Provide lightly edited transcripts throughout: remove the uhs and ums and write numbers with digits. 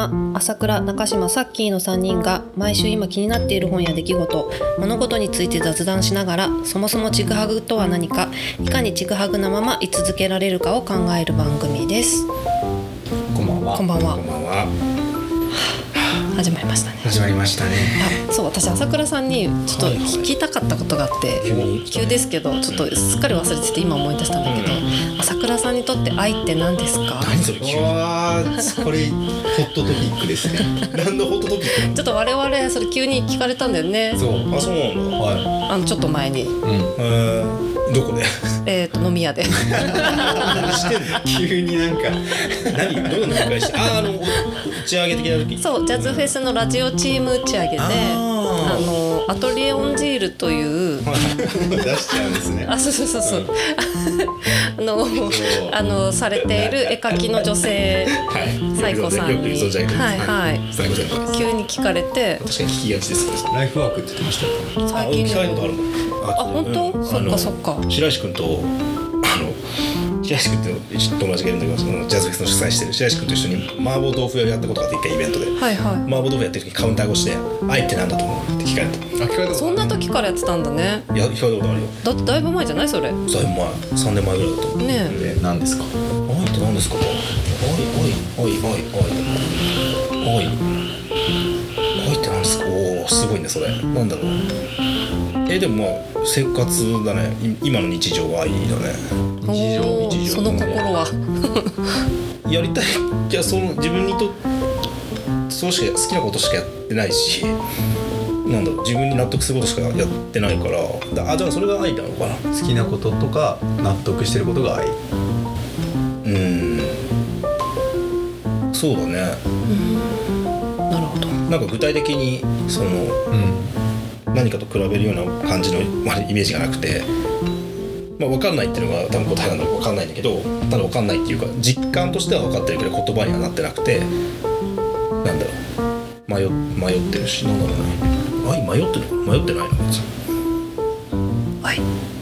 は朝倉、中島、サッキーの3人が毎週今気になっている本や出来事、物事について雑談しながら、そもそもちぐはぐとは何か、いかにちぐはぐなまま居続けられるかを考える番組です。 こんばんは。 こんばんは。 こんばんは。 始まりましたね。 始まりましたね。 そう、私朝倉さんにちょっと聞きたかったことがあって、急ですけどちょっとすっかり忘れてて今思い出したんだけど、朝倉さんにとって愛って何ですか？ 何それ急に。これホットトピックですね。何のホットトピック？ ちょっと我々それ急に聞かれたんだよね。 そう。あ、そうなんだ。 はい。ちょっと前に。 どこで？ 飲み屋で。 何してんの？急になんかどういうの繰り返して？打ち上げ的な時。 そう、ジャズフェスのラジオチーム打ち上げで、アトリエオンジールという出しちゃうんですね。 そうされている絵描きの女性、サイコさんに、急に聞かれて、 確かに聞きがちですね。ライフワークって言ってましたよ。 最近聞かれたことあるもん。 本当？そっかそっか。 白石君と白石君って友達がいるんだけど、ジャズフェスの主催してる白石君と一緒に麻婆豆腐屋をやったことがあって、一回イベントで、麻婆豆腐やってる時カウンター越しで愛ってなんだと思うって聞かれた。 そんな時からやってたんだね。 いや、聞かれたことあるよ。 だってだいぶ前じゃないそれ？だいぶ前、 3年前ぐらいだと思うね。 何ですか？愛って何ですか？愛って何ですか？おー、すごいねそれ。なんだろう。でも生活だね。今の日常は愛だね。日常その心はやりたい。じゃあ自分にとそうしか好きなことしかやってないし、なんだろう、自分に納得することしかやってないから、じゃあそれが愛なのかな。 好きなこととか納得してることが愛。 そうだね。 なるほど。 なんか具体的に何かと比べるような感じのイメージがなくて、分かんないっていうのが多分答えなんだけど、分かんないんだけど、ただ分かんないっていうか実感としては分かってるけど言葉にはなってなくて、なんだろう、迷ってるし、なんだろうね。愛迷ってるのかな？迷ってないの別に。 愛。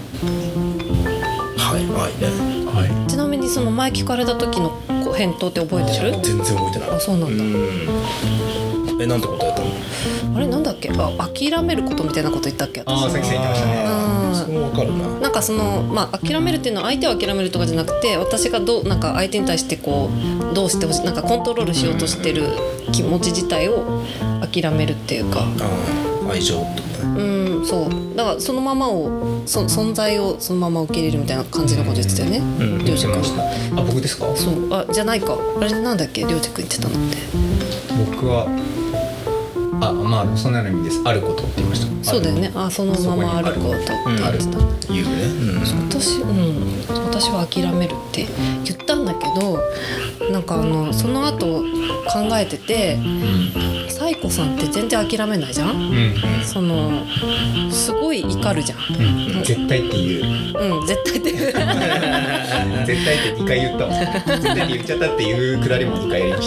愛ね。 ちなみにその前聞かれた時の返答って覚えてる？ 全然覚えてない。 あ、そうなんだ。 なんて答えたの？ あれなんだっけ？諦めることみたいなこと言ったっけ？ さっき言ってましたね。 それも分かるな。 なんか諦めるっていうのは相手を諦めるとかじゃなくて、私がなんか相手に対してどうしてほしい、なんかコントロールしようとしてる気持ち自体を諦めるっていうか、 愛情とかね。 そうだからそのままを存在をそのまま受け入れるみたいな感じのこと言ってたよね。りょうじ君。 僕ですか？ そう、じゃないか。あれなんだっけ？りょうじ君言ってたのって。 僕はそんなの意味です。あることって言いました。 そうだよね。そのままあることって言ってた。 言うね。 私は諦めるって言ったんだけど、なんかその後考えてて、サイコさんって全然諦めないじゃん。すごい怒るじゃん。 絶対って言う。 絶対って絶対って2回言ったもん。絶対って言っちゃったっていうくだりも2回やりました。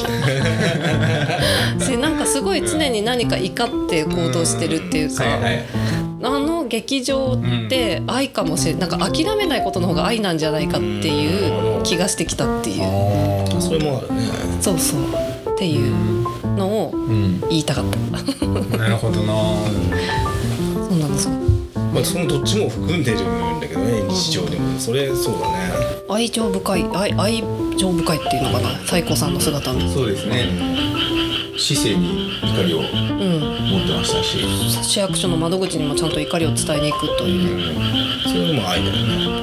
なんかすごい常に何か怒って行動してるっていうか、劇場って愛かもしれない。なんか諦めないことの方が愛なんじゃないかっていう気がしてきたっていう。 それもあるね。 そうっていうのを言いたかった。 なるほどな。 そうなんですか。 そのどっちも含んでるんだけどね、日常でも。そうだね。 愛情深いっていうのかな、サイコさんの姿も。 そうですね。市政に怒りを持ってましたし、 市役所の窓口にもちゃんと怒りを伝えに行くという、 それも愛だよね。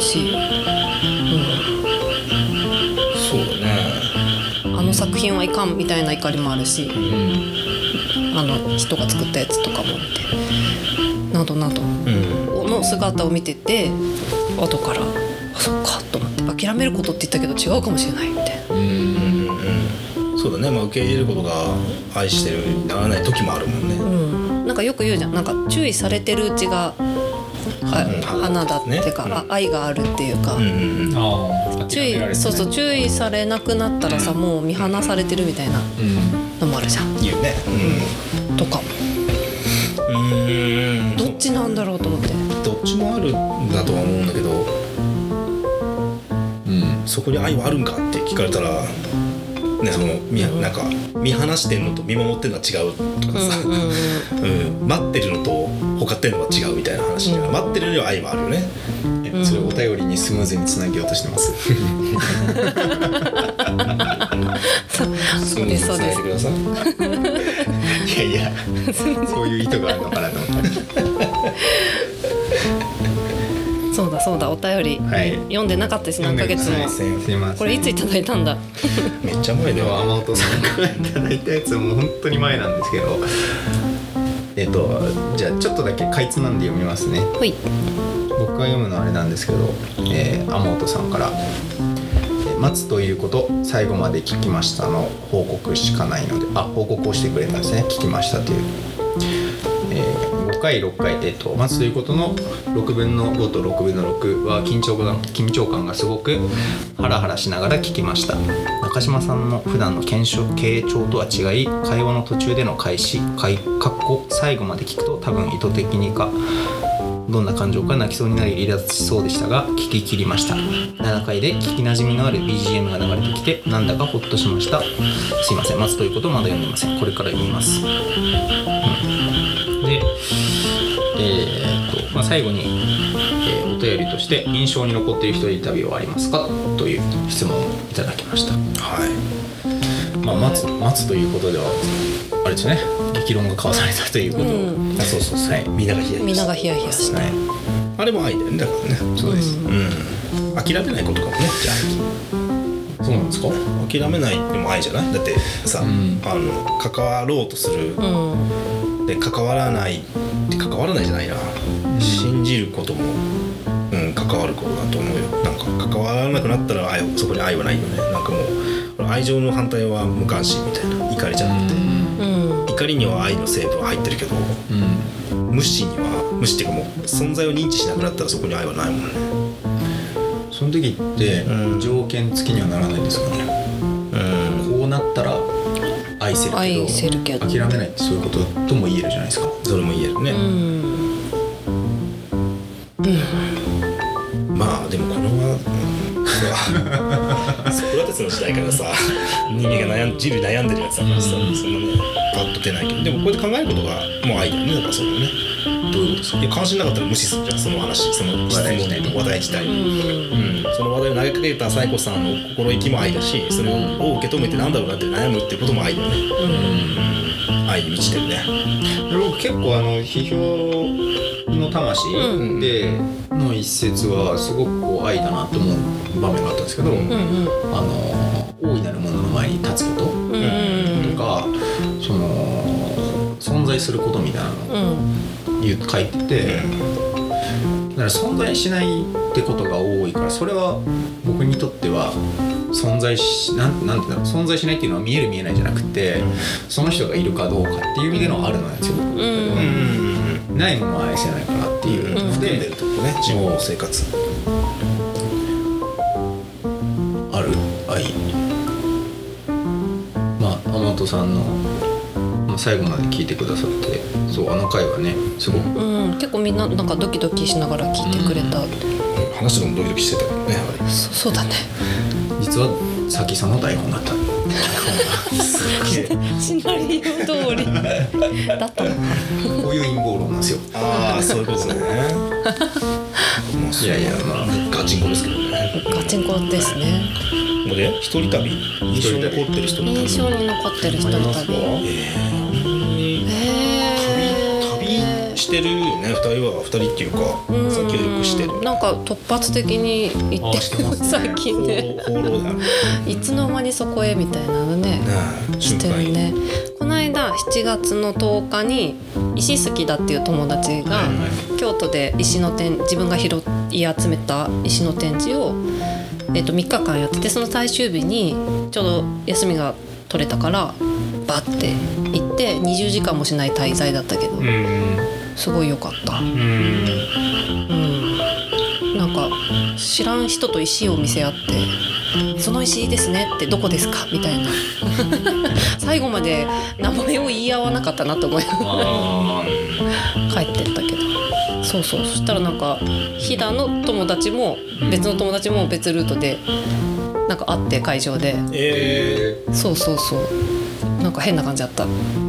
そうだね。 作品はいかんみたいな怒りもあるし、人が作ったやつとかも見て、などなどの姿を見てて、後からそっかと思って、諦めることって言ったけど違うかもしれないみたいな。 そうだね。受け入れることが愛してるならない時もあるもんね。 なんかよく言うじゃん。なんか注意されてるうちが花だってか、愛があるっていうか、注意されなくなったらさ、もう見放されてるみたいなのもあるじゃん。 言うね。 とかも。どっちなんだろうと思って。 どっちもあるんだとは思うんだけど、そこに愛はあるんかって聞かれたら、 ね、そのなんか見放してるのと見守ってるのは違うとかさ、待ってるのと他ってるのは違うみたいな話、待ってるには愛もあるよね。 それお便りにスムーズにつなげようとしてます。 そうですそうです。 ください。 いやそういう意図があるのかなと思って。 そうだお便り、読んでなかったです。何ヶ月も。 すいません。 これいついただいたんだ。 めっちゃ前だよ。 天本さんからいただいたやつも本当に前なんですけど、じゃあちょっとだけかいつまんで読みますね。 はい。 僕が読むのはあれなんですけど、天本さんから「待つということ最後まで聞きました」の報告しかないので、報告をしてくれたんですね。聞きましたという、5回6回待つということの6分の5と6分の6は緊張感がすごくハラハラしながら聞きました。中島さんの普段の傾聴とは違い、会話の途中での開始最後まで聞くと多分意図的にかどんな感情か泣きそうになり離脱しそうでしたが聞き切りました。7回で聞きなじみのある BGM が流れてきてなんだかホッとしました。すいません、待つということまだ読んでません。これから読みます。で最後に、お便りとして印象に残っている一人旅はありますかという質問をいただきました。 はい。 待つということではあれですね、激論が交わされたということを、 そう、はい、みんながヒヤヒヤした、 はい、 あれも愛だよね。だからね。 そうです、 諦めないことかもね。じゃあそうなんですか。 諦めないでも愛じゃない。だってさ、関わろうとする、で関わらないじゃないな、信じることも、関わることだと思うよ。なんか関わらなくなったらそこに愛はないよね。なんかもう愛情の反対は無関心みたいな。怒りじゃなくて、怒りには愛の成分は入ってるけど、無視っていうかもう存在を認知しなくなったらそこに愛はないもんね。 その時って条件付きにはならないんですかね。こうなったら愛せるけど諦めないってそういうこととも言えるじゃないですか。 それも言えるね。まあでもこのソクラテスの時代からさ、人間が人類悩んでるやつだからさ、そんなねパッと出ないけど、でもこうやって考えることがもう愛だよね。だからそれね。どういうことですか。いや関心なかったら無視するじゃん、その話、その質問と話題自体に、その話題を投げかけたサイコさんの心意気も愛だし、それを受け止めてなんだろうなって悩むっていうことも愛だよね。愛に満ちてるね。 僕結構批評の魂での一節はすごくこう愛だなと思う場面があったんですけど、大いなるものの前に立つこと、とかその存在することみたいなのを書いてて、だから存在しないってことが多いから、それは僕にとっては存在しないっていうのは見える見えないじゃなくて、その人がいるかどうかっていう意味でのあるなんですよ。ないものは愛せないからっていうので、 出るとこね、自分の生活ある愛。天本さんの最後まで聞いてくださって、そう回はねすごく、 結構みんななんかドキドキしながら聞いてくれた。 話のもドキドキしてたけどね、やはり。 そうだね。 実はさきさんの台本だった。 シナリオ通りだったの。 こういう陰謀論なんですよ。 そういうことね。 いやガチンコですけどね。 ガチンコですね。 もうね、一人旅、印象に残ってる人の旅。 印象に残ってる人の旅。 旅してるよね。二人っていうか、さっきよくしてる。 なんか突発的に行って最近ね。 放浪である。 いつの間にそこへみたいなのね。してるね。この間7月の10日に石好きだっていう友達が京都で自分が拾い集めた石の展示を3日間やってて、その最終日にちょうど休みが取れたからバッて行って20時間もしない滞在だったけど、すごい良かった。なんか知らん人と石を見せ合って、その石ですねってどこですかみたいな最後まで名前を言い合わなかったなと思い帰ってったけど、そしたらなんか飛騨の友達も別の友達も別ルートでなんかあって会場で、そうそうそうなんか変な感じだった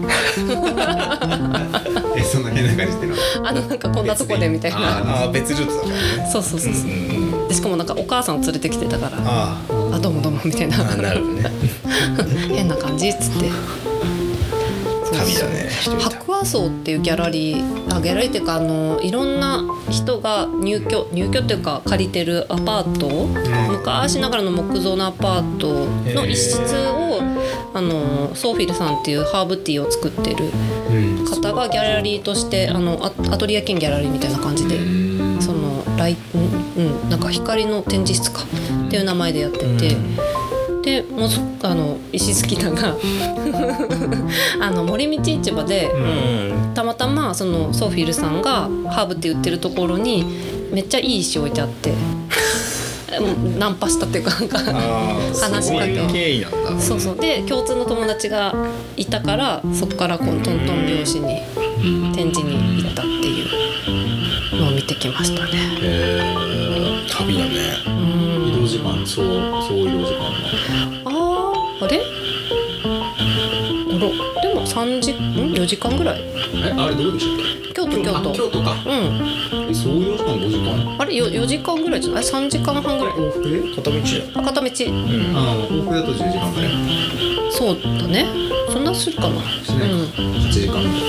そんな変な感じってのなんかこんなとこでみたいな別ルートだからね。 そうそうそうそう、でしかもなんかお母さんを連れてきてたからどうもどうもみたいななるほどね変な感じっつって旅だね。 白亜荘っていうギャラリーっていうかいろんな人が入居っていうか借りてるアパート、昔ながらの木造のアパートの一室をソーフィルさんっていうハーブティーを作ってる方がギャラリーとしてアトリエ兼ギャラリーみたいな感じでそのなんか光の展示室かっていう名前でやってて。でもう石好きなが森道市場で、たまたまそのソーフィルさんがハーブって売ってるところにめっちゃいい石置いてあってナンパしたっていうかなんか話しかけそうそうで共通の友達がいたからそこからトントン拍子に展示に行ったっていうのを見てきましたね。 旅だね。 移動時間そう移動時間あれでも4時間ぐらい。 あれどうでしたっけ？京都か。そう移動時間5時間？ あれ4時間ぐらいじゃない？3時間半ぐらい。 片道や。 片道。 往復だと10時間ぐらい。 そうだね。そんなするかな。 8時間ぐらいか。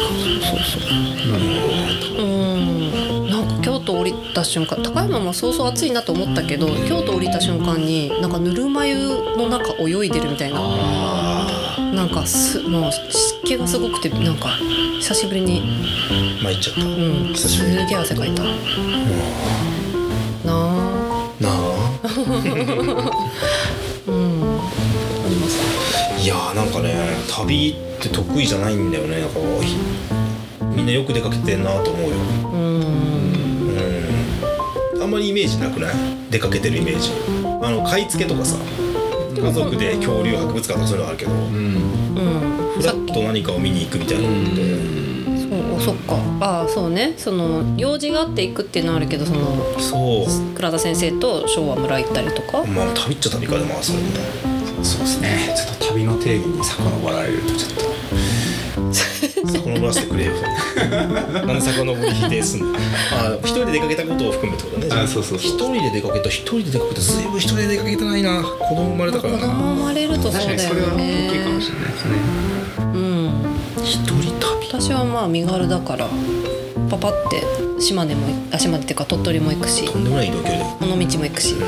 そう。なんか京都降りた瞬間、高山もそうそう暑いなと思ったけど、京都降りた瞬間になんかぬるま湯の中泳いでるみたいな。なんかもう湿気がすごくてなんか久しぶりに参っちゃった。 すげえ汗かいた。なあ。 ありますか？ いやーなんかね旅って得意じゃないんだよね。なんかみんなよく出かけてんなと思うよ。あんまりイメージなくない？出かけてるイメージ。買い付けとかさ、家族で恐竜博物館とかそういうのあるけど、フラッと何かを見に行くみたいなので。 そっか。そうね。その用事があって行くっていうのはあるけど、倉田先生と昭和村行ったりとか。 まあ旅っちゃ旅かでもそれね。 そうですね。ちょっと旅の定義に遡られるとちょっと。 遡らせてくれよ。なんで遡り否定すんの？一人で出かけたことを含めてことね。そう一人で出かけたずいぶん一人で出かけてないな。子供生まれたからな。 子供生まれるとそうだよね。 それは大きいかもしれないですね。 一人旅。 私はまあ身軽だからパパって島根っていうか鳥取も行くし、 とんでもない移動距離で尾道も行くし。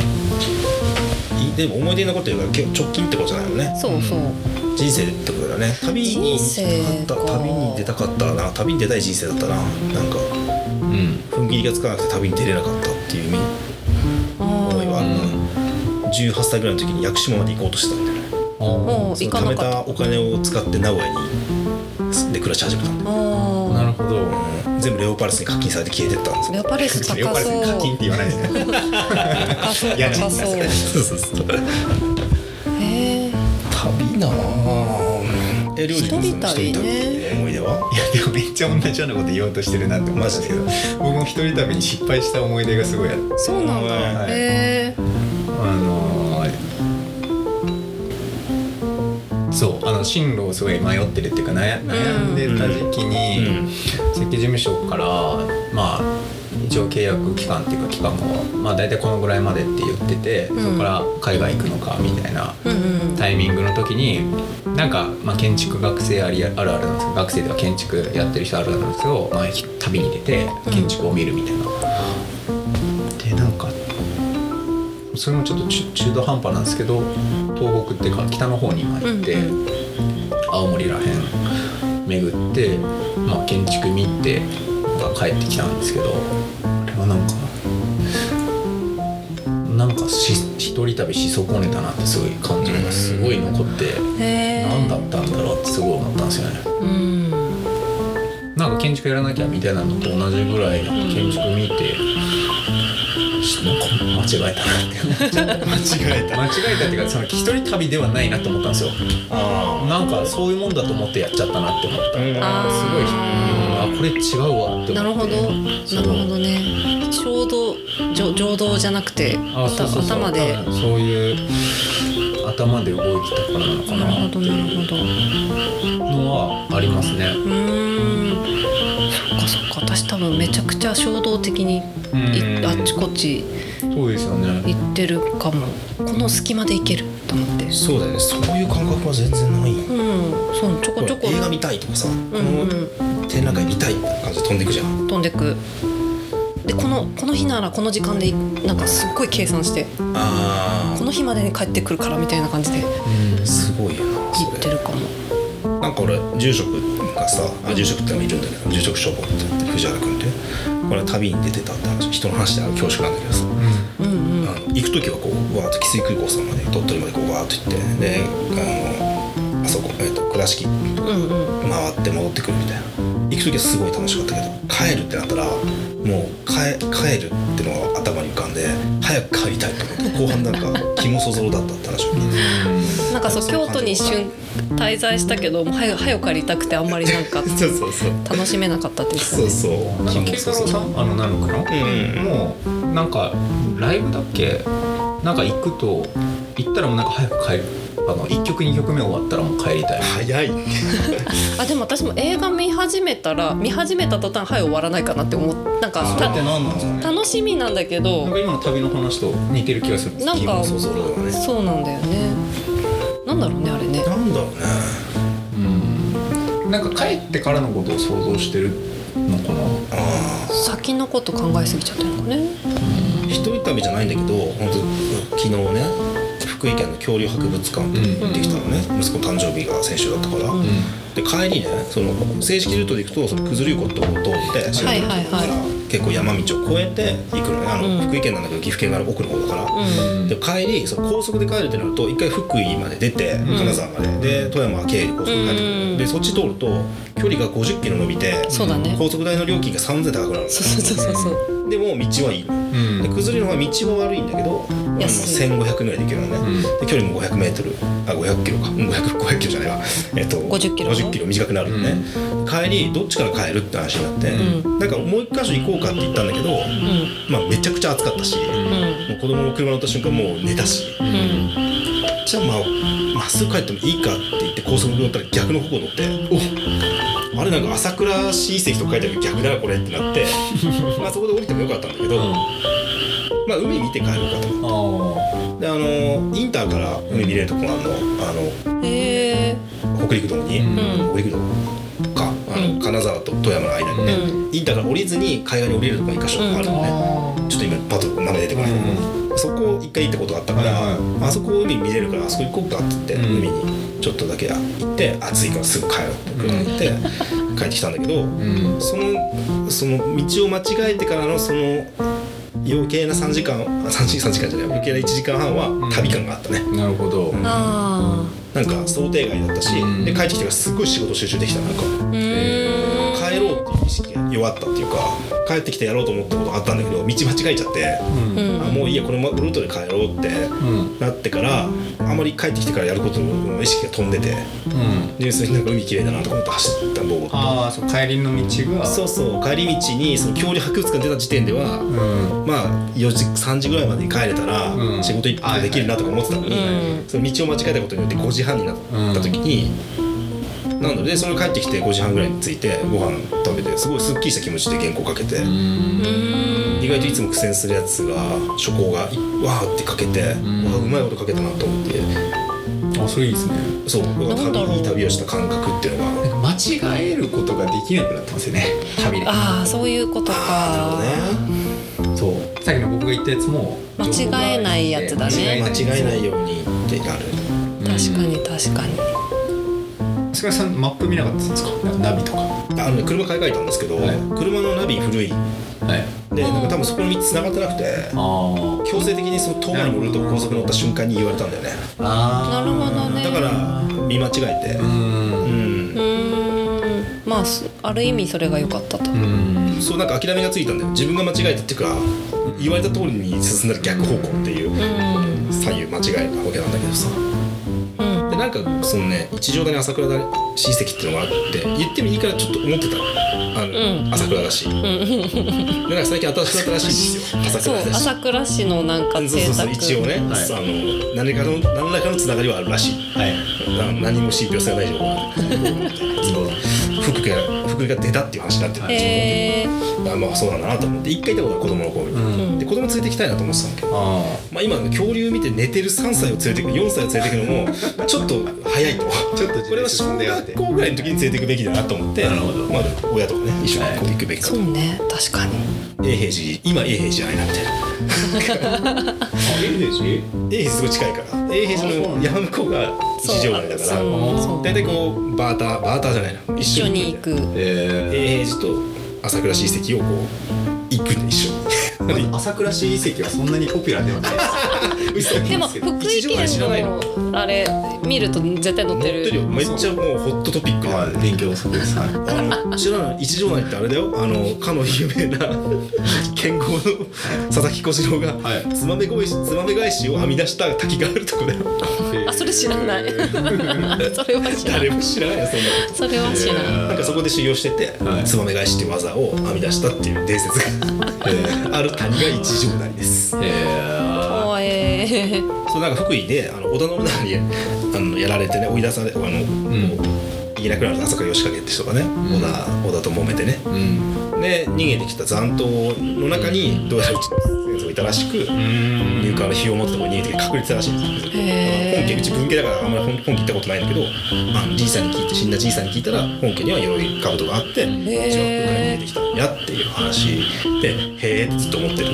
でも思い出に残ってるから直近ってことじゃないよね。 そうそう。 人生ってことだよね。旅に出たかったな。旅に出たい人生だったな。なんか踏ん切りがつかなくて旅に出れなかったっていう思いはあるな。18歳ぐらいの時に屋久島まで行こうとしてたんだよね。その貯めたお金を使って名古屋で暮らし始めたんだよ。 なるほど。 全部レオパレスに課金されて消えてったんですよ。 レオパレス高そう。 レオパレスに課金って言わないでね。 高そう。 そう。旅なぁ。一人旅ね。 思い出は？ いやでもめっちゃ同じようなこと言おうとしてるなって思うんですけど、僕も一人旅に失敗した思い出がすごいあって。 そうなんだ。 そう進路をすごい迷ってるっていうか悩んでた時期に設計事務所からまあ一応契約期間っていうか期間もまあ大体このぐらいまでって言ってて、そこから海外行くのかみたいなタイミングの時になんかまあ建築学生あるあるなんですけど、学生では建築やってる人あるあるなんですけど、まあ旅に出て建築を見るみたいな。でなんかそれもちょっと中途半端なんですけど、東北っていうか北の方に今行って、青森らへん巡って、まあ、建築見て帰ってきたんですけど、あれはなんか一人旅し損ねたなってすごい感情がすごい残って、何だったんだろうってすごい思ったんですよね。なんか建築やらなきゃみたいなのと同じぐらい建築見てなんか間違えたなって間違えたっていうか、その一人旅ではないなと思ったんですよ。なんかそういうもんだと思ってやっちゃったなって思った。すごいここれ違うわって思って。 なるほどなるほどね。衝動情動じゃなくてそう頭でそういう頭で動いてたからなのかな。 なるほどなるほどのはありますね。 そっか私多分めちゃくちゃ衝動的にあっちこっちそうですよね。 行ってるかも。この隙間で行けると思って。 そうだよね。そういう感覚は全然ない。 そうちょこちょこ映画見たいとかさ、この展覧会見たいって感じで飛んでくじゃん。 飛んでく。でこの日ならこの時間でなんかすっごい計算してこの日までに帰ってくるからみたいな感じですごいよな行ってるかも。 なんか俺住職がさ、住職ってのがいるんだけど、住職消防ってやってる藤原君ってこれ旅に出てたって話、人の話である恐縮なんだけどさ、行く時はこうわーっと汽水空港さんまで鳥取までこうわーっと行ってであそこ倉敷回って戻ってくるみたいな。行く時はすごい楽しかったけど帰るってなったらもう帰るってのが頭に浮かんで早く帰りたいと思って後半なんか気もそぞろだったって話を聞いてなんかそう京都に一瞬滞在したけどもう早く帰りたくてあんまりなんか楽しめなかったですね。 そうなんか慶太郎さんナヌクの、もうなんかライブだっけなんか行ったらもうなんか早く帰る。1曲2曲目終わったらもう帰りたい。 早いあでも私も映画見始めた途端終わらないかなって思ってなんか楽しみなんだけどなんか今の旅の話と似てる気がする。 なんかそうなんだよね。なんだろうねあれね。 なんだろうね。 なんか帰ってからのことを想像してるのかな。 先のこと考えすぎちゃってるのかね。 一人旅じゃないんだけど本当昨日ね福井県の恐竜博物館に行ってきたのね、息子誕生日が先週だったから、で帰りねその正式ルートで行くとその九頭竜湖を通って仕事だから結構山道を越えて行くのね。福井県なんだけど岐阜県がある奥の方だから、で帰りその高速で帰るってなると一回福井まで出て金沢まで、で富山は経由で高速で帰ってくる、でそっち通ると距離が50キロ伸びて、高速代の料金が3000高くなるの。そうでも道はいいの、で九頭竜の方は道は悪いんだけど1500ぐらいで行けるのね、で距離も500メートル500キロか500キロじゃないわ 50キロ短くなるのね、帰りどっちから帰るって話になって、なんかもう一箇所行こうかって言ったんだけど、まあめちゃくちゃ暑かったし、もう子供も車乗った瞬間もう寝たし、じゃあまっすぐ帰ってもいいかって言って高速乗ったら逆の方向乗って、あれなんか朝倉市遺跡とか書いてあるけど逆だなこれってなってまあそこで降りてもよかったんだけど、まあ海見て帰ろうかと思って、でインターから海見れるとこがあるの北陸道に、北陸道か金沢と富山の間にね、インターから降りずに海岸に降りれるとこが1箇所あるのね、ちょっと今パッと名前出てこないけど、そこ一回行ったことがあったから、あそこ海見れるからあそこ行こうかって言って、海にちょっとだけ行って暑いからすぐ帰ろうって車に行って帰ってきたんだけど、その道を間違えてからのその余計な3時間じゃない余計な1時間半は旅感があったね。 なるほど。 なんか想定外だったし、で帰ってきてからすごい仕事集中できた。なんか帰ろうっていう意識が弱ったっていうか、帰ってきてやろうと思ったことがあったんだけど道間違えちゃって、もういいやこのルートで帰ろうってなってから、あんまり帰ってきてからやることの意識が飛んでて、純粋になんか海綺麗だなと思って走ったボーッと。 そう帰りの道がそう帰り道にその恐竜博物館出た時点では、まあ3時ぐらいまでに帰れたら仕事一本できるなとか思ってたのに、その道を間違えたことによって5時半になった時に、なのでそれ帰ってきて5時半ぐらいに着いてご飯食べてすごいすっきりした気持ちで原稿かけて、意外といつも苦戦するやつが初稿がわーってかけて、うまいことかけたなと思って。 それいいですね。 そういい旅をした感覚っていうのが間違えることができなくなってますよね、旅で。 そういうことか。 そうさっきの僕が言ったやつも間違えないやつだね。 間違えないようにってなる。 確かに確かに。 菅さんマップ見なかったんですか？ナビとか。 車買い替えたんですけど、車のナビ古い、でなんか多分そこの3つ繋がってなくて、強制的にその遠回りのルートを高速乗った瞬間に言われたんだよね。 なるほどね。 だから見間違えて、 まあある意味それが良かったと。 そうなんか諦めがついたんだよ。自分が間違えたっていうか言われた通りに進んだら逆方向っていう左右間違えたわけなんだけどさ。でなんかそのね一条谷朝倉親戚っていうのがあって言ってもいいからちょっと思ってた朝倉だし、でなんか最近新しくなったらしいんですよ朝そう倉だし朝倉市のなんかそう邸宅一応ね、何らかのつながりはあるらしい、何も信憑性がない情報なんで福井が出たっていう話になってる、まあそうなんだなと思って一回行ったことは子供の頃に、で子供連れて行きたいなと思ってたんだけど、まあ、今恐竜見て寝てる3歳を連れてく4歳を連れてくのもちょっと早いとちょっとこれは小学校ぐらいの時に連れていくべきだなと思って、まあ、親とかね一緒にこう行くべきかと、 そうね確かに永平寺今永平寺じゃないなみたいな永平寺すごい近いから永平寺の山向こうが一条谷だから大体こうバーターじゃないな一緒に行く永平寺と朝倉市遺跡をこう行くんで一緒に朝倉市遺跡はそんなにポピュラーではないですでも福井県のあれ見ると絶対載ってるめっちゃもうホットトピックで勉強するです知らない一条谷ってあれだよかの有名な剣豪の佐々木小次郎がつまめ返しを編み出した滝があるとこだよあそれ知らないそれは知らない誰も知らないよそんなことそれは知らないなんかそこで修行しててつまめ返しっていう技を編み出したっていう伝説がある谷が一条谷です。そうなんか福井で織田信長にやられてね追い出されいなくなる朝倉義景って人がね、織田と揉めてね、で逃げてきた残党の中にどうやらうちの先生がいたらしく入管の火を持ったところに逃げて隠れてたらしいんですよ。本家うち文家だからあんまり本家行ったことないんだけどじいさんに聞いて死んだじいさんに聞いたら本家には鎧兜があってうちは福井から逃げてきたんやっていう話でへーってずっと思ってる。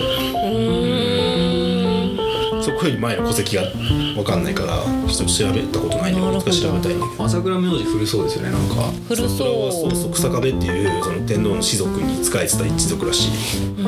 そこより前の戸籍が分かんないからちょっと調べたことないんで調べたいんだけど朝倉名字古そうですよねなんか古そうそう草壁っていうその天皇の士族に仕えてた一族らしい。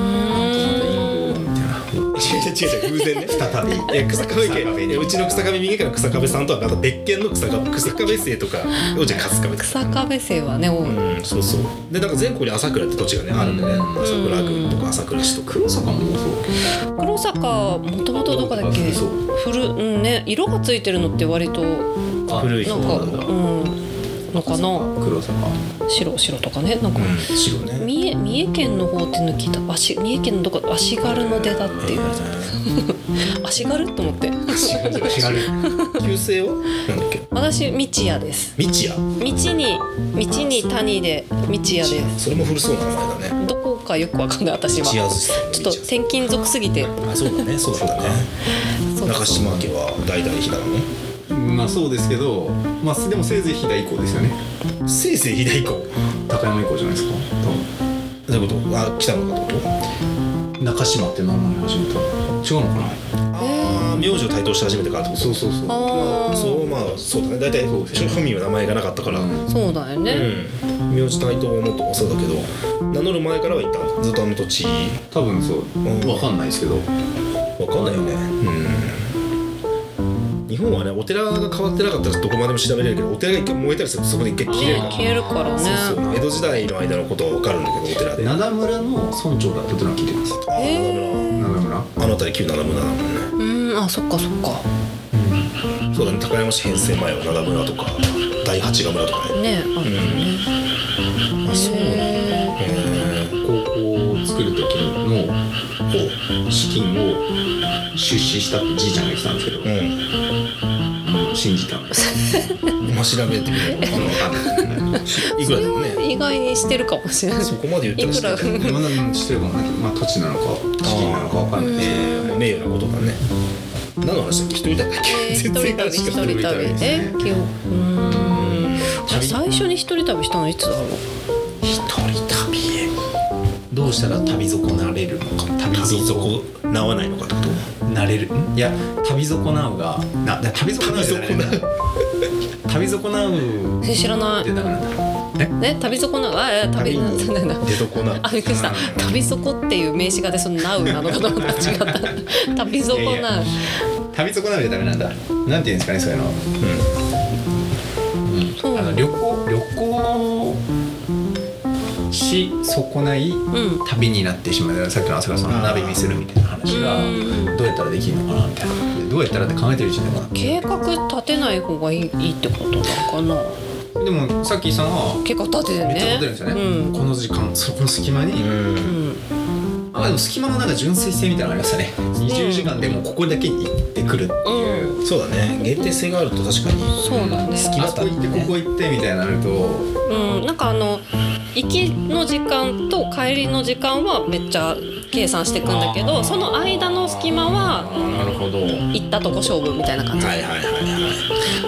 違う偶然ね再び草壁家うちの草壁民家から草壁さんとはまた別件の草壁姓とかをじゃ春日部草壁姓はね多い、 そうそうでなんか全国に朝倉って土地がねあるんでね朝倉郡とか朝倉市とか黒坂もそう黒坂もともとどこだっけね色がついてるのって割と古いなんかのかな黒坂白とかねなんか、 白ね三重県の方っていうの聞いた三重県のどこ足軽の出だっていう足軽と思って足軽旧姓はなんだっけ私道屋です道屋道に谷で道屋ですそれも古そうな名前だねどこかよくわかんない私はちょっと転勤族すぎてそうだね中島家は代々飛騨なのまあそうですけど、まあでもせいぜい飛騨以降ですよね。 せいぜい飛騨以降。 高山以降じゃないですか。 どういうこと？来たのかってこと？ 中島って名前始めた。違うのかな？ 名字を台頭し始めてからってこと？ そう。 そうだね。大体本名は名前がなかったから。 そうだよね。 名字台頭はもっとそうだけど、名乗る前からはいた。ずっとあの土地。 多分そう。わかんないですけど。 わかんないよね。日本はねお寺が変わってなかったらどこまでも調べれるけどお寺が一回燃えたりするとそこで一回消えるからね江戸時代の間のことは分かるんだけどお寺で灘村の村長だったというのは聞いてます。 灘村あの辺り旧灘村だもんね。 あそっかそうだね高山市編成前は灘村とか第八ヶ村とかねあるよね。 そうなんだ。 高校を作る時の資金を出資したってじいちゃんが言ってたんですけど、信じたんです。 今調べてみる。いくらでもね。 意外にしてるかもしれない。 そこまで言ったらしてるかもね。まあ土地なのか資金なのかわかんない。 名誉なことだね。何の話だっけ？一人旅だっけ？ 一人旅最初に一人旅したのいつだろう？ 一人旅どうしたら旅損なれるのか旅損なわないのかってことなれるいや旅損なうが旅損なうじゃない旅損なう知らないってダメなんだね旅損なう旅なんだ出損なうびっくりした旅損っていう名詞がでそのなうなのかと思ったら違った旅損なう旅損なうじゃダメなんだなんていうんですかねそういうの旅行し損ない旅になってしまうさっきの朝倉さんのナビにするみたいな話話がどうやったらできるのかなみたいな、でどうやったらって考えてるうちに計画立てない方がいいってことなのかな。 でもさっきさんは計画立ててね、 めっちゃ立てるんですよね、この時間そこの隙間に、でも隙間のなんか純粋性みたいなのありましたね。20時間でもここだけに行ってくるっていう、 そうだね、限定性があると確かにそうだね、 隙間あそこ行ってここ行ってみたいになると、 なんか行きの時間と帰りの時間はめっちゃ計算していくんだけど、その間の隙間はなるほど、 行ったとこ勝負みたいな感じ。 はいはいはいはい、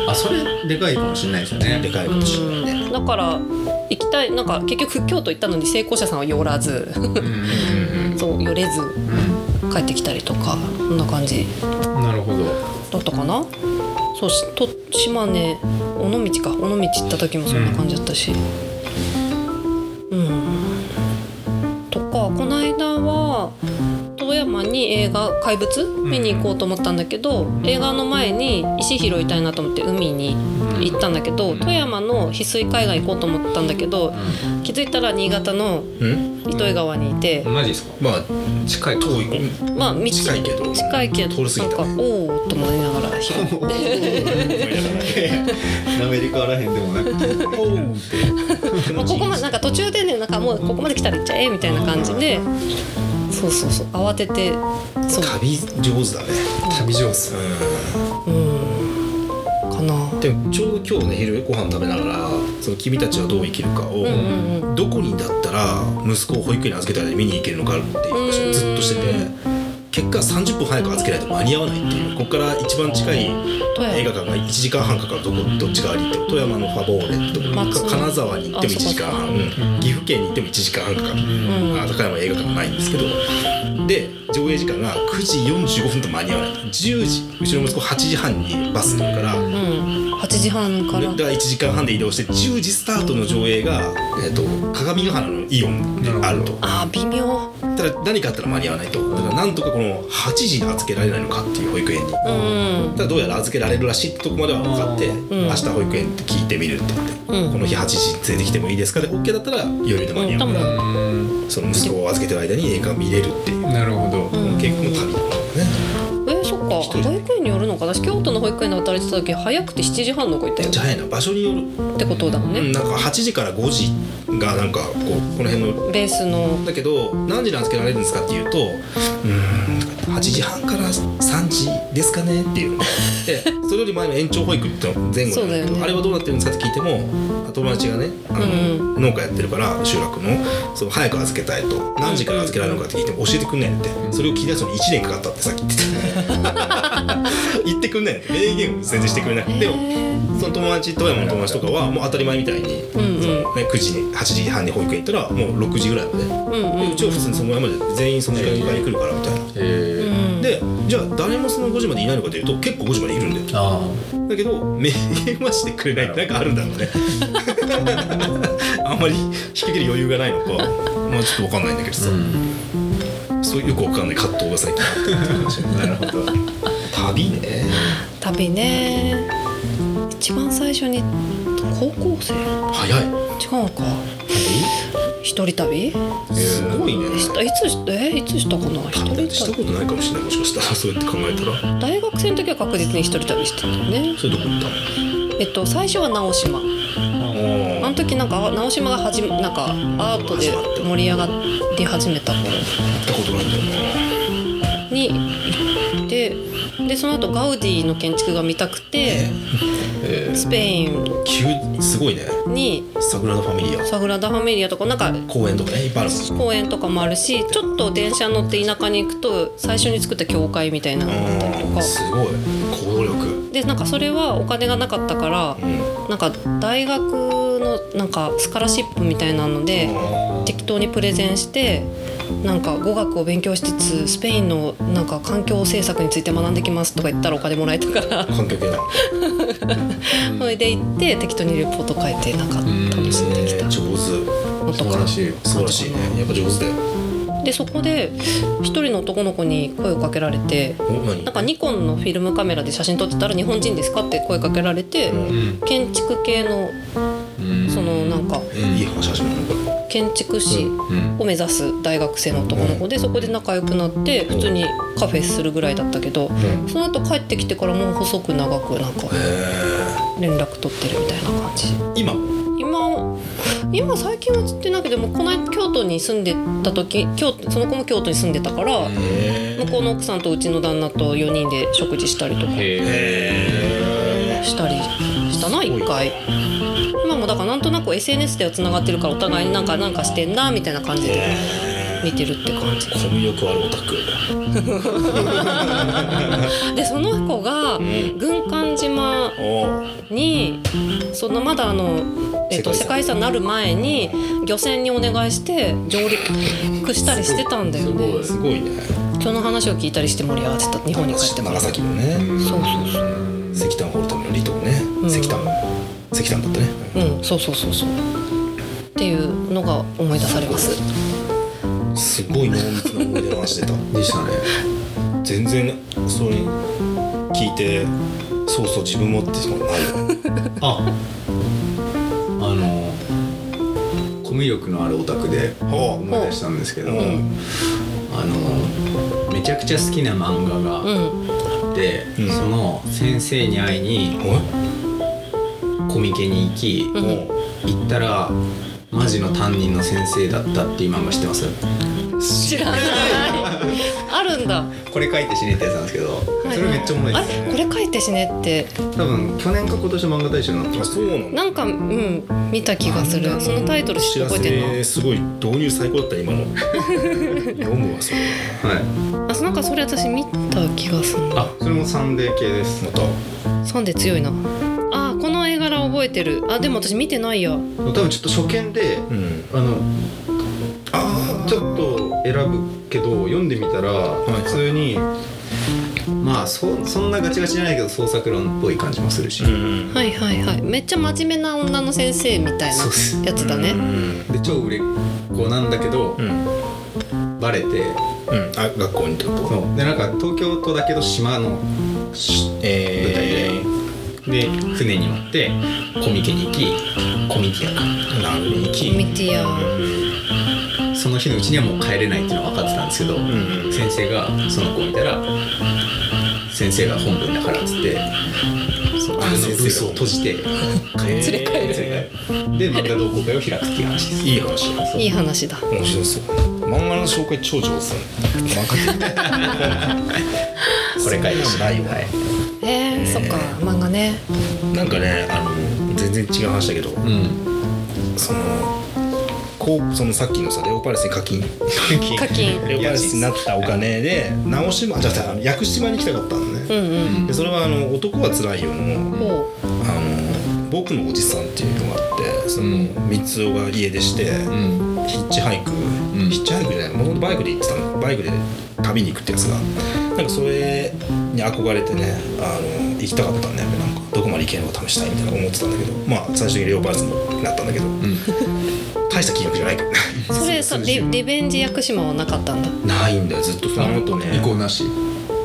あそれでかいかもしれないですよね。 でかいかもしれないね。 だから行きたい、なんか結局京都行ったのに成功者さんは寄らずそう寄れず帰ってきたりとか、そんな感じなるほどだったかな。そうと島根尾道か、尾道行った時もそんな感じだったし、とかこの間は富山に映画怪物見に行こうと思ったんだけど、映画の前に石拾いたいなと思って海に行ったんだけど、富山の翡翠海岸行こうと思ったんだけど、気づいたら新潟の糸魚川にいて、 マジですか。 まあ近い、遠い、 まあ道近いけど近いけど通り過ぎたねなんかおおと思いながら拾ってアメリカあらへんでもなくてまあここまでなんか途中でね、なんかもうここまで来たら行っちゃえみたいな感じで、そう慌てて、そう旅上手だね。 旅上手かな。 でもちょうど今日ね、昼ご飯食べながら、その君たちはどう生きるかを、どこにだったら息子を保育園に預けたら見に行けるのかっていう話をずっとしてて、結果30分早く預けないと間に合わないっていう、ここから一番近い映画館が1時間半かかるとこ、どっち側に行っても富山のファボーレってところ、金沢に行っても1時間半、岐阜県に行っても1時間半かかる、高山映画館がないんですけど、で上映時間が9時45分と間に合わない。10時、うちの息子8時半にバス乗るから、 8時半からだから1時間半で移動して10時スタートの上映が、鏡ヶ原のイオンであると。 微妙。 ただ何かあったら間に合わないと。だからなんとかこの8時に預けられないのかっていう保育園に、ただどうやら預けられるらしいってとこまでは分かって、明日保育園って聞いてみるって言って、この日8時に連れてきてもいいですかで OK だったら余裕で間に合うから、その息子を預けてる間に映画見れるっていう。 なるほど、 結構旅なんだね。 そっか、保育園によるのかな。私京都の保育園で働いてた時早くて7時半の子いたよ。 じゃあな、場所によるってことだもんね。 なんか8時から5時がなんかこの辺のベースのだけど、何時に預けられるんですかっていうと、8時半から3時ですかねっていうで、それより前の延長保育って前後なんだけど、あれはどうなってるんですかって聞いても、友達がね農家やってるから集落の、その早く預けたいと、何時から預けられるのかって聞いても教えてくんないって、それを聞き出すのに1年かかったってさっき言ってた言ってくんないって明言を全然してくれなくて、でもその友達、富山の友達とかはもう当たり前みたいに、そのね、9時に8時半に保育園行ったらもう6時ぐらいまで、うちは普通にその前まで全員その時間に迎えに来るからみたいな。でじゃあ誰もその5時までいないのかというと、結構5時までいるんだよ。だけど明言はしてくれないってなんかあるんだろうねあんまり引き受ける余裕がないのか、まあちょっと分かんないんだけどさ、そうよく分かんない葛藤が最近あって話なるほど。 旅ね。一番最初に高校生、 早い。 違うのか。一人旅すごいね。 いつしたかな。一人旅したことないかもしれない。もしかしたらそうやって考えたら大学生の時は確実に一人旅してたよね。 それどこ行ったの？ 最初は直島。あの時なんか直島がなんかアートで盛り上がり始めた頃行ったことないんだよなに行って、でその後ガウディの建築が見たくて、スペインすごいねにサグラダ・ファミリア、 サグラダ・ファミリアとかなんか公園とかねいっぱいあるもん。 公園とかもあるし、ちょっと電車乗って田舎に行くと最初に作った教会みたいなのがあったりとか、 すごい行動力で、なんかそれはお金がなかったから、なんか大学のなんかスカラシップみたいなので適当にプレゼンして、なんか語学を勉強しつつスペインのなんか環境政策について学んできますとか言ったらお金もらえたから環境系だそれで行って適当にレポート書いてなんか楽しんできた上手のとか。 素晴らしいね。やっぱ上手だよ。 でそこで一人の男の子に声をかけられて、なんかニコンのフィルムカメラで写真撮ってたら日本人ですかって声かけられて、建築系のそのなんかいい話始まるのか。 建築士を目指す大学生の男の子で、そこで仲良くなって普通にカフェするぐらいだったけど、その後帰ってきてからもう細く長くなんか連絡取ってるみたいな感じ。今最近は釣ってないけども、この間京都に住んでた時、その子も京都に住んでたから、向こうの奥さんとうちの旦那と4人で食事したりとかしたりしたな1回。今もだからなんとなく SNS ではつながってるから、お互いになんかしてんなみたいな感じで見てるって感じ。 コミュ力あるオタクでその子が軍艦島にそのまだ世界遺産になる前に漁船にお願いして上陸したりしてたんだよね。 すごいね。 今日の話を聞いたりして盛り上がってた。日本に帰ってから長崎のね、 そう石炭掘るための離島ね、石炭だったね。 そうっていうのが思い出されます。 すごい濃密な思い出の話出たでしたね。 全然それ聞いて、そう自分もってそうないわコミュ力のあるオタクで思い出したんですけど、めちゃくちゃ好きな漫画があって、その先生に会いにコミケに行き、行ったらマジの担任の先生だったっていう漫画知ってます？ 知らないあるんだ。 これ書いて死ねってやつなんですけど、それめっちゃ重いですね。 これ書いて死ねって多分去年か今年漫画大賞になってます。 そうなんだ。 なんか見た気がする。そのタイトル知って覚えてるの？ すごい導入最高だった今の読むわそれ。 はい。 なんかそれ私見た気がする。 それもサンデー系です。 またサンデー強いな。この絵柄覚えてる。でも私見てないや。 多分ちょっと初見で、ちょっと選ぶけど読んでみたら普通に、まあそんなガチガチじゃないけど創作論っぽい感じもするし、 めっちゃ真面目な女の先生みたいなやつだね。 で超売れっ子なんだけど、バレて、 学校にってこと。 そうでなんか東京都だけど島の舞台で船に乗ってコミケに行き、コミティアに行き、 コミティアその日のうちにはもう帰れないっていうのは分かってたんですけど、先生がその子を見たら先生が本文だからっつってそのブースを閉じて連れ帰るで漫画同好会を開くっていう話です。 いい話。 いい話だ。 面白そう。漫画の紹介超上手。 これ書いてしないよ。 そっか漫画ね。 なんかね全然違う話だけど、そのさっきのさレオパレスに課金レオパレスになったお金で直島屋久島に来たかったのね。でそれは男はつらいよの僕のおじさんっていうのがあって、その三つ男が家出して、ヒッチハイクじゃない、もともとバイクで行ってたの。バイクで旅に行くってやつがなんかそれに憧れてね行きたかったんだよね。なんかどこまで行けるのか試したいみたいな思ってたんだけど、まあ最終的にレオパレスになったんだけど、大した記憶じゃないけどね。 それさリベンジ屋久島はなかったんだ。 ないんだよずっとその後ね。 移行なし。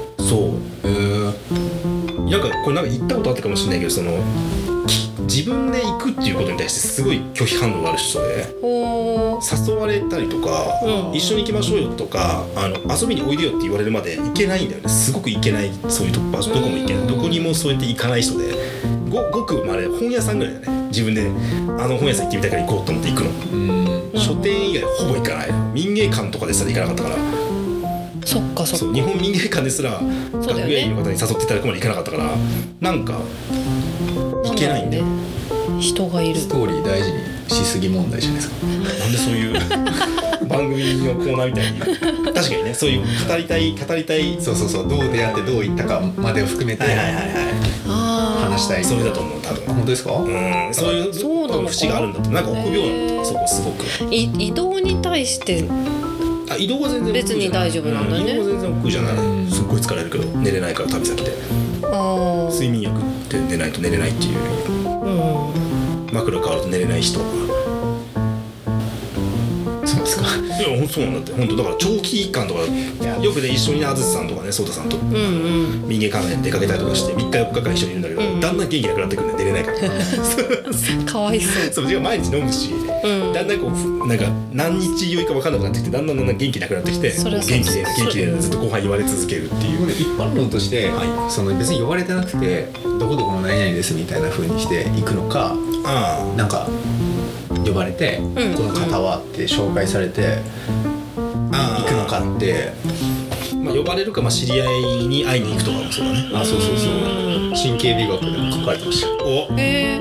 なんかこれなんか言ったことあったかもしれないけど、その自分で行くっていうことに対してすごい拒否反応がある人で、誘われたりとか、一緒に行きましょうよとか遊びにおいでよって言われるまで行けないんだよね。すごく行けない、そういう場所どこも行けない、どこにもそうやって行かない人で、ごくまれ本屋さんぐらいだね。自分で本屋さん行ってみたいから行こうと思って行くの。書店以外ほぼ行かない。民芸館とかでさえ行かなかったから。 そっかそう日本民芸館ですら学芸員の方に誘っていただくまで行かなかったから、なんか行けないんだよ。 人がいる。 ストーリー大事にしすぎ問題じゃないですか。 なんでそういう番組のコーナーみたいに確かにね、そういう語りたいそうどう出会ってどういったかまでを含めて話したい。 それだと思う多分。 本当ですか？ そういう節があるんだって。なんか臆病なんだって。そこすごく移動に対して移動は全然別に大丈夫なんだね。 移動は全然億劫じゃない。すっごい疲れるけど寝れないから旅先で睡眠薬って寝ないと寝れないっていう、枕変わると寝れない人。 そうですか。 いやそうなんだって本当だから長期間とかよくね一緒にねあずさんとかねソータさんと民芸関連出かけたりとかして3日4日間一緒にいるんだけど、だんだん元気なくなってくるね出れないからかわいそうそう違う毎日飲むし、だんだんこうなんか何日酔いか分かんなくなってきてだんだん元気なくなってきて元気でずっと後輩言われ続けるっていう。 一般論として、その別に呼ばれてなくてどこどこの何々ですみたいな風にして行くのか、なんか呼ばれて、この方はって紹介されて行くのかって、 呼ばれるか、知り合いに会いに行くとかもそうだね。 そう神経美学でも書かれてましたよ。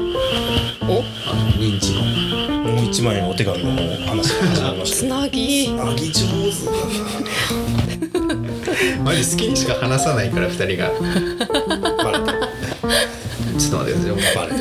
認知のもう一枚のお手紙の話が始まりました。 つなぎ上手だなマジ好きにしか話さないから2人がバレた。 ちょっと待ってください。 バレた。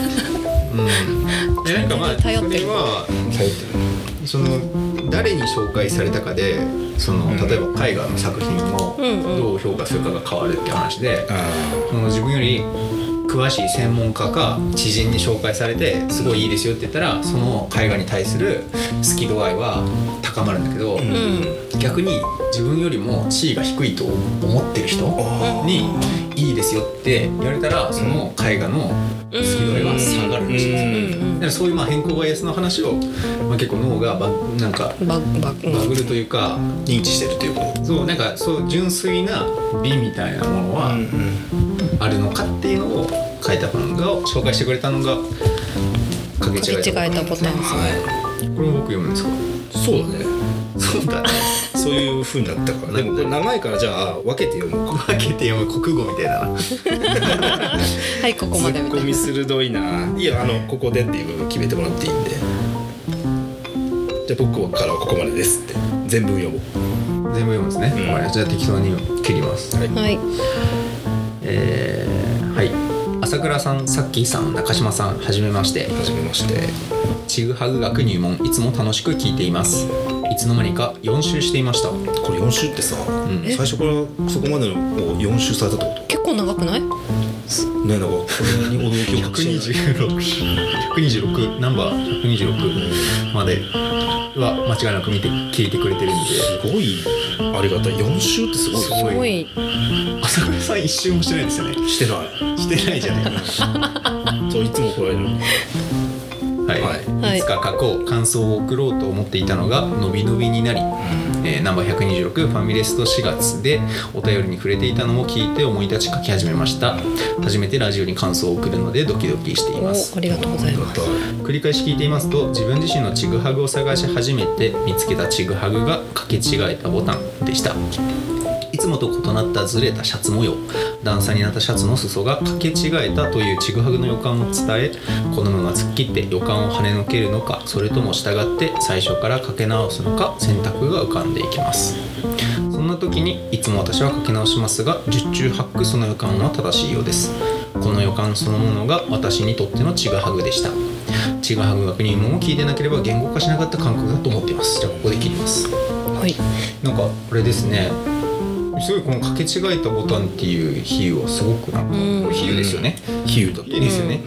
なんか頼ってる。 それはその誰に紹介されたかでその例えば絵画の作品をどう評価するかが変わるって話で、その自分より詳しい専門家か知人に紹介されてすごいいいですよって言ったらその絵画に対する好き度合いは高まるんだけど、逆に自分よりも地位が低いと思ってる人にいいですよって言われたらその絵画の好き度合いは下がるらしいんですよ。だからそういう偏向バイアスの話を、結構脳がなんかバグるというか認知してるというか、 そうなんかそう純粋な美みたいなものはあるのかっていうのを書いた本を紹介してくれたのがかけ違えたボタンですね。これも僕読むんですか？ そうだね。 そうだね。 そういう風になったから。でもこれ長いからじゃあ分けて読むか。 分けて読む国語みたいだな。 はいここまでみたいな。 ツッコミ鋭いな。いやここでっていう部分決めてもらっていいんで。じゃあ僕からはここまでですって全部読もう。 全部読むんですね。じゃあ適当に切ります。 はい。 はい。朝倉さん、さっきーさん、中島さん、はじめまして。 はじめまして。 ちぐはぐ学入門いつも楽しく聞いています。いつの間にか4周していました。 これ4周ってさ、最初からそこまでのを4周されたってこと？ 結構長くない？ ねなんかこれに驚きを隠して126ナンバー126までは間違いなく聞いてくれてるんで、すごいありがたい。4周ってすごい。 すごい。 朝倉さん1周もしてないですよね。 してないじゃないそういつも怒られる。 いつか書こう感想を送ろうと思っていたのが伸び伸びになり、ナンバー126ファミレスと4月でお便りに触れていたのを聞いて思い立ち書き始めました。初めてラジオに感想を送るのでドキドキしています。 ありがとうございます。 繰り返し聞いていますと自分自身のちぐはぐを探し始めて見つけたちぐはぐが掛け違えたボタンでした。いつもと異なったずれたシャツ模様、段差になったシャツの裾が掛け違えたというちぐはぐの予感を伝え、このまま突っ切って予感を跳ねのけるのか、それとも従って最初からかけ直すのか選択が浮かんでいきます。そんな時にいつも私はかけ直しますが、十中八九その予感は正しいようです。この予感そのものが私にとってのちぐはぐでした。ちぐはぐ学入門を聞いてなければ言語化しなかった感覚だと思っています。じゃあここで切ります。 はい。 なんかこれですね、すごいこの掛け違えたボタンっていう比喩はすごくなんか比喩ですよね。 比喩だといいですよね。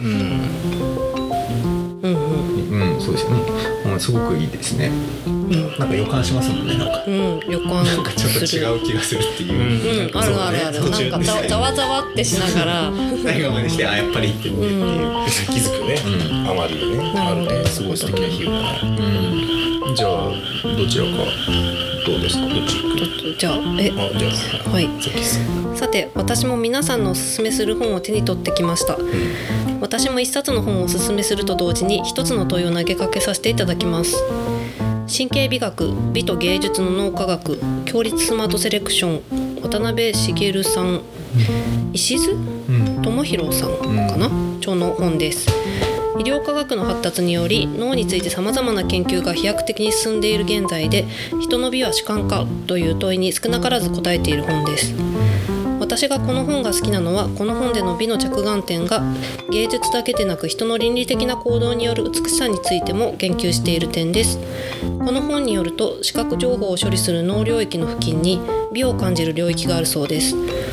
そうですよね。すごくいいですね。なんか予感しますもんね。なんか予感なんかちょっと違う気がするっていう。 ある。なんかざわざわってしながら最後までしてやっぱりって思うっていう気づくね。あまりね。あるね。すごい素敵な比喩だな。 じゃあどちらかどうですか？ じゃあはい。さて私も皆さんのおすすめする本を手に取ってきました。私も一冊の本をおすすめすると同時に一つの問いを投げかけさせていただきます。神経美学、美と芸術の脳科学、強立スマートセレクション、渡辺茂さん、石津智弘さんかな、著の本です。医療科学の発達により脳についてさまざまな研究が飛躍的に進んでいる現在で、人の美は主観かという問いに少なからず答えている本です。私がこの本が好きなのは、この本での美の着眼点が芸術だけでなく人の倫理的な行動による美しさについても言及している点です。この本によると、視覚情報を処理する脳領域の付近に美を感じる領域があるそうです。主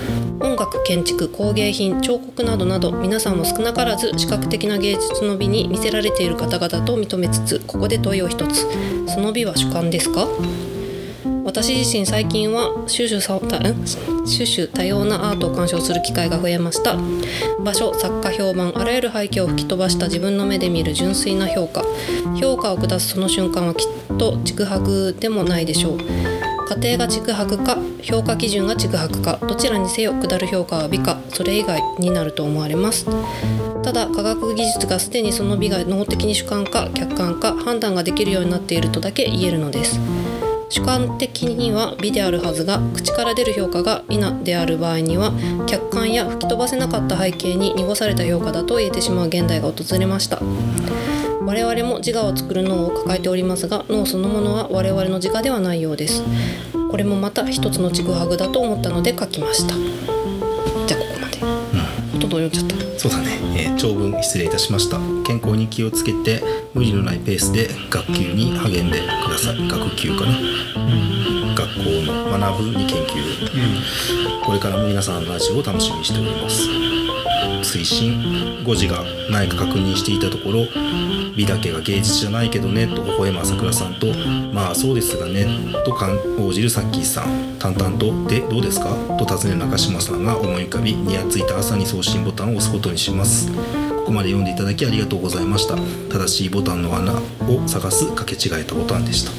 音楽、建築、工芸品、彫刻などなど、皆さんも少なからず視覚的な芸術の美に魅せられている方々と認めつつ、ここで問いを一つ。その美は主観ですか？私自身最近は種々多様なアートを鑑賞する機会が増えました。場所、作家、評判、あらゆる背景を吹き飛ばした自分の目で見る純粋な評価を下すその瞬間はきっとちぐはぐでもないでしょう。過程がちぐはぐか、評価基準がちぐはぐか、どちらにせよ下る評価は美か、それ以外になると思われます。ただ科学技術がすでにその美が脳的に主観か客観か判断ができるようになっているとだけ言えるのです。主観的には美であるはずが、口から出る評価が美である場合には、客観や吹き飛ばせなかった背景に濁された評価だと言えてしまう現代が訪れました。我々も自我を作る脳を抱えておりますが、脳そのものは我々の自我ではないようです。これもまた一つのちぐはぐだと思ったので書きました。じゃあここまで。ほとんど読んじゃった。 そうだね、長文失礼いたしました。健康に気をつけて無理のないペースで学級に励んでください。学級かな、学校の学ぶに研究、これからも皆さんのラジオを楽しみにしております。推進誤字がないか確認していたところ、美だけが芸術じゃないけどねと微笑む朝倉さんと、まあそうですがねと応じるサッキーさん、淡々とでどうですかと尋ねる中島さんが思い浮かび、にやついた朝に送信ボタンを押すことにします。ここまで読んでいただきありがとうございました。正しいボタンの穴を探すかけ違えたボタンでした。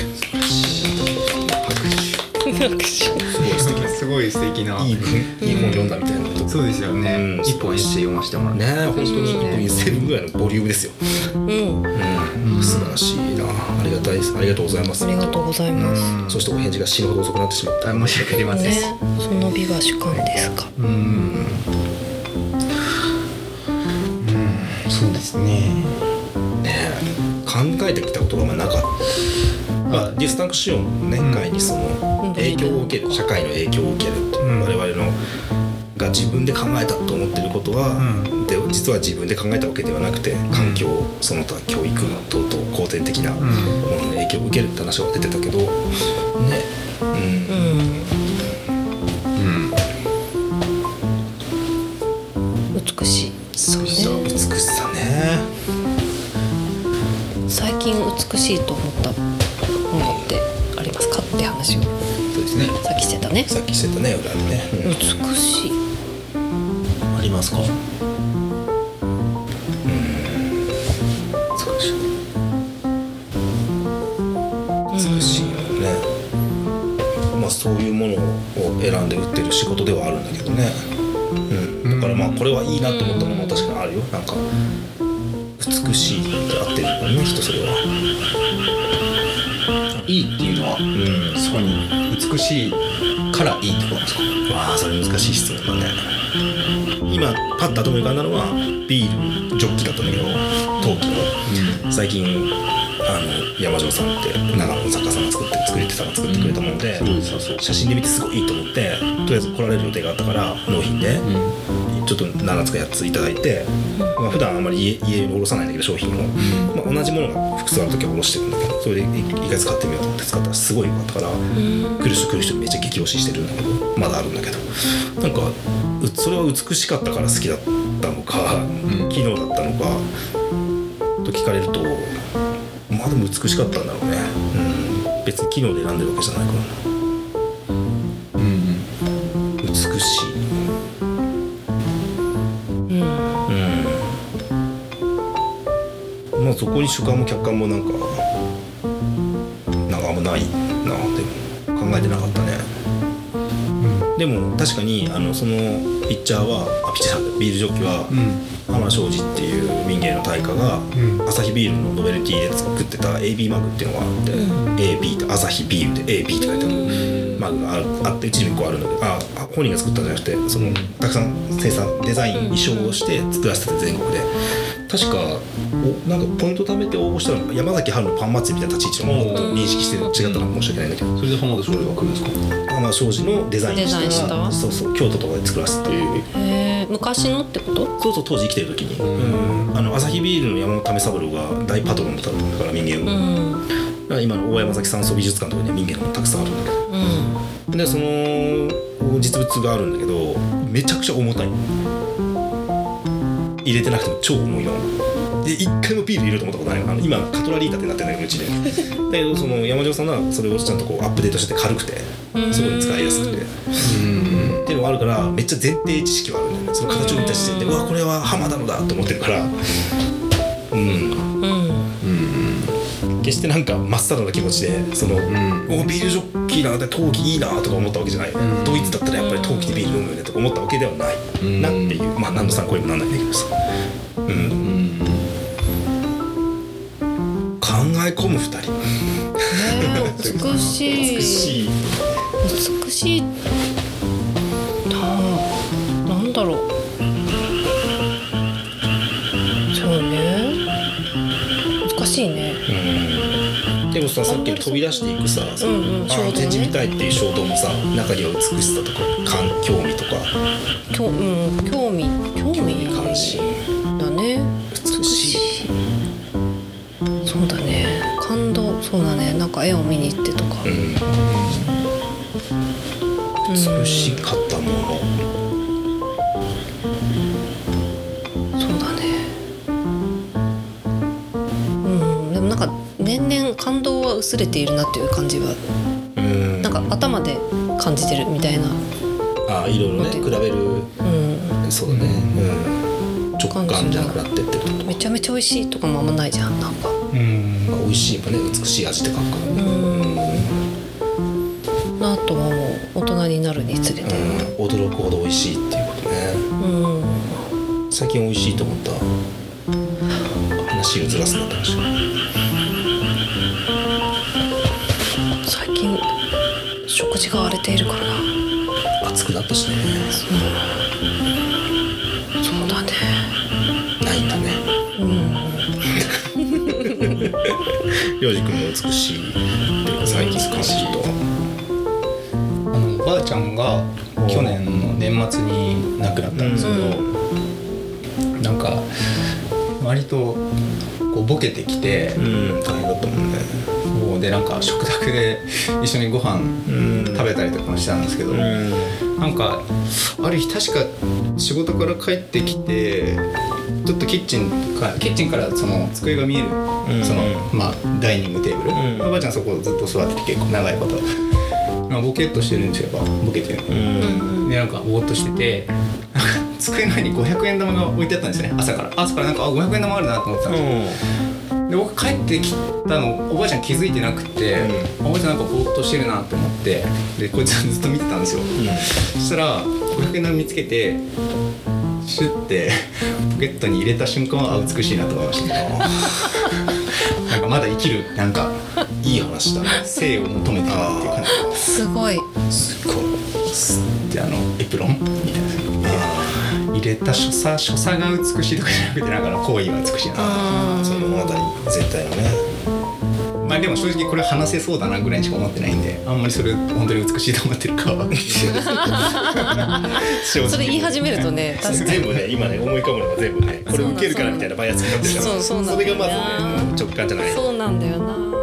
すごい素敵な、 いい本読んだみたいなこと。 そうですよね。一本して読ませてもらってね、本当に1.1セブンぐらいのボリュームですよ。素晴らしいな。ありがたいです。ありがとうございます。 ありがとうございます。 そしてお返事が死ぬほど遅くなってしまった。 申し訳ありません。 その美は主観ですか。 そうですね。 考えてきたことがなかった。ディスタンクシオンの回にその影響を受ける、社会の影響を受けるっていう、我々のが自分で考えたと思ってることは、で実は自分で考えたわけではなくて、環境、その他教育等々後天的なものの影響を受けるって話が出てたけどね。 美しい。 そうそう、美しさね。 最近美しいと思ったものってありますかって話を。 そうですね。 さっきしてたね。 さっきしてたね、裏でね。 美しい。 ありますか？美しいよね。まあそういうものを選んで売ってる仕事ではあるんだけどね。だからまあこれはいいなと思ったものも確かにあるよ。なんか美しいって合ってるんだね、きっとそれは。 いいっていうのは、そこに美しいからいいってことなんですか？ わあ、それ難しい質問だね。今パッと頭に浮かんだのはビールジョッキだったんだけど、陶器の、最近山城さんって長野の作家さんが作ってくれたもので、写真で見てすごいいいと思って、とりあえず来られる予定があったから納品で、ちょっと7つか8ついただいて、普段あんまり家に下ろさないんだけど商品を、同じものが複数ある時は下ろしてるんだけど、それで一回使ってみようと思って使ったらすごい良かったから、来る人めっちゃ激推ししてるんだけど、まだあるんだけど、なんかそれは美しかったから好きだったのか、機能だったのかと聞かれると、まあでも美しかったんだろうね。別に機能で選んでるわけじゃないからな。美しい。まあそこに主観も客観もなんかあんまないな。でも考えてなかったね。でも確かにそのピッチャーはビールジョッキは、浜庄司っていう民芸の大家が、アサヒビールのノベルティで作ってた AB マグっていうのがあって、AB ってアサヒビールで AB って書いてあるマグがあって、うちに1個あるんだけど、本人が作ったんじゃなくて、そのたくさん生産デザイン衣装をして作らせてて、全国で確かなんかポイント貯めて応募したの山崎春のパン祭りみたいな立ち位置のものと認識して違ったら申し訳ないんだけど、 それで浜田庄司が来るんですか？ 浜田庄司のデザインした、そう京都とかで作らせて、 昔のってこと？ そう当時生きてる時に、アサヒビールの山本為三郎が大パトロンだったんだから民芸の、だから今の大山崎山荘美術館とかには民芸のもたくさんあるんだけど、でその大実物があるんだけどめちゃくちゃ重たい、入れてなくても超重いので、一回もビール入れると思ったことないの。今カトラリータってなってるんだけどうちでだけどその山城さんはそれをちゃんとこうアップデートして軽くてすごい使いやすくてっていうのがあるからめっちゃ前提知識はあるんだよね。その形を見た時点でうわこれはハマなのだって思ってるから決してなんか真っさらな気持ちでその、ビールジョッキーなんて陶器いいなとか思ったわけじゃない、ドイツだったらやっぱり陶器でビール飲むよねとか思ったわけではない、なっていう、まあ何の参考にもなんないんだけどさ、考え込む2人美しい美しい美しいなんだろう、そうね難しいね、 でもさっきの飛び出していくさ、展示見たいっていう衝動もさ、中には美しさとか興味とか興味関心だね。 美しいそうだね、感動、そうだね、なんか絵を見に行ってとか、 美しかったもの、 そうだね、でもなんか年々感動は薄れているなっていう感じは、なんか頭で感じてるみたいな、 いろいろね比べる、そうだね、直感じゃなくなってってると、 めちゃめちゃ美味しいとかもあんまないじゃん、なんか、 美味しいもね、美しい味って書くからね、 あとはもう大人になるにつれて、 驚くほど美味しいっていうことね、最近美味しいと思った話をずらすんだったらしい。 最近食事が荒れているからな、 暑くなったしね、 そうだね、 ないんだね、りょうじくんも美しいっていうか最近感じると、 おばあちゃんが去年の年末に亡くなったんですけど、なんか割とこうボケてきて、 大変だったもんね。 でなんか食卓で一緒にご飯食べたりとかもしたんですけど、なんかある日確か仕事から帰ってきてちょっとキッチンからその机が見える、そのダイニングテーブル、おばあちゃんそこずっと座ってて結構長いこと、ボケっとしてるんですよ、ボケてる、でなんかぼーっとしてて、机の上に500円玉が置いてあったんですよね、朝からなんか500円玉あるなと思ってたんですよ。で僕帰ってきたのおばあちゃん気づいてなくて、おばあちゃんなんかぼーっとしてるなって思って、でこいつずっと見てたんですよ、そしたら500円玉見つけてシュッてポケットに入れた瞬間は美しいなと思いましたねなんかまだ生きる、なんかいい話だね。 生を求めてるっていう感じ、 すごいでエプロンみたいな入れた所作が美しいとかじゃなくて、なんか行為が美しいな、 その物語全体のね。 まあでも正直これ話せそうだなぐらいしか思ってないんで、あんまりそれ本当に美しいと思ってるかはそれ言い始めるとね、確かに全部ね、今ね思い浮かぶのが全部ね、これ受けるからみたいなバイアスになってるから、 そうそれがまずね直感じゃない。 そうなんだよな。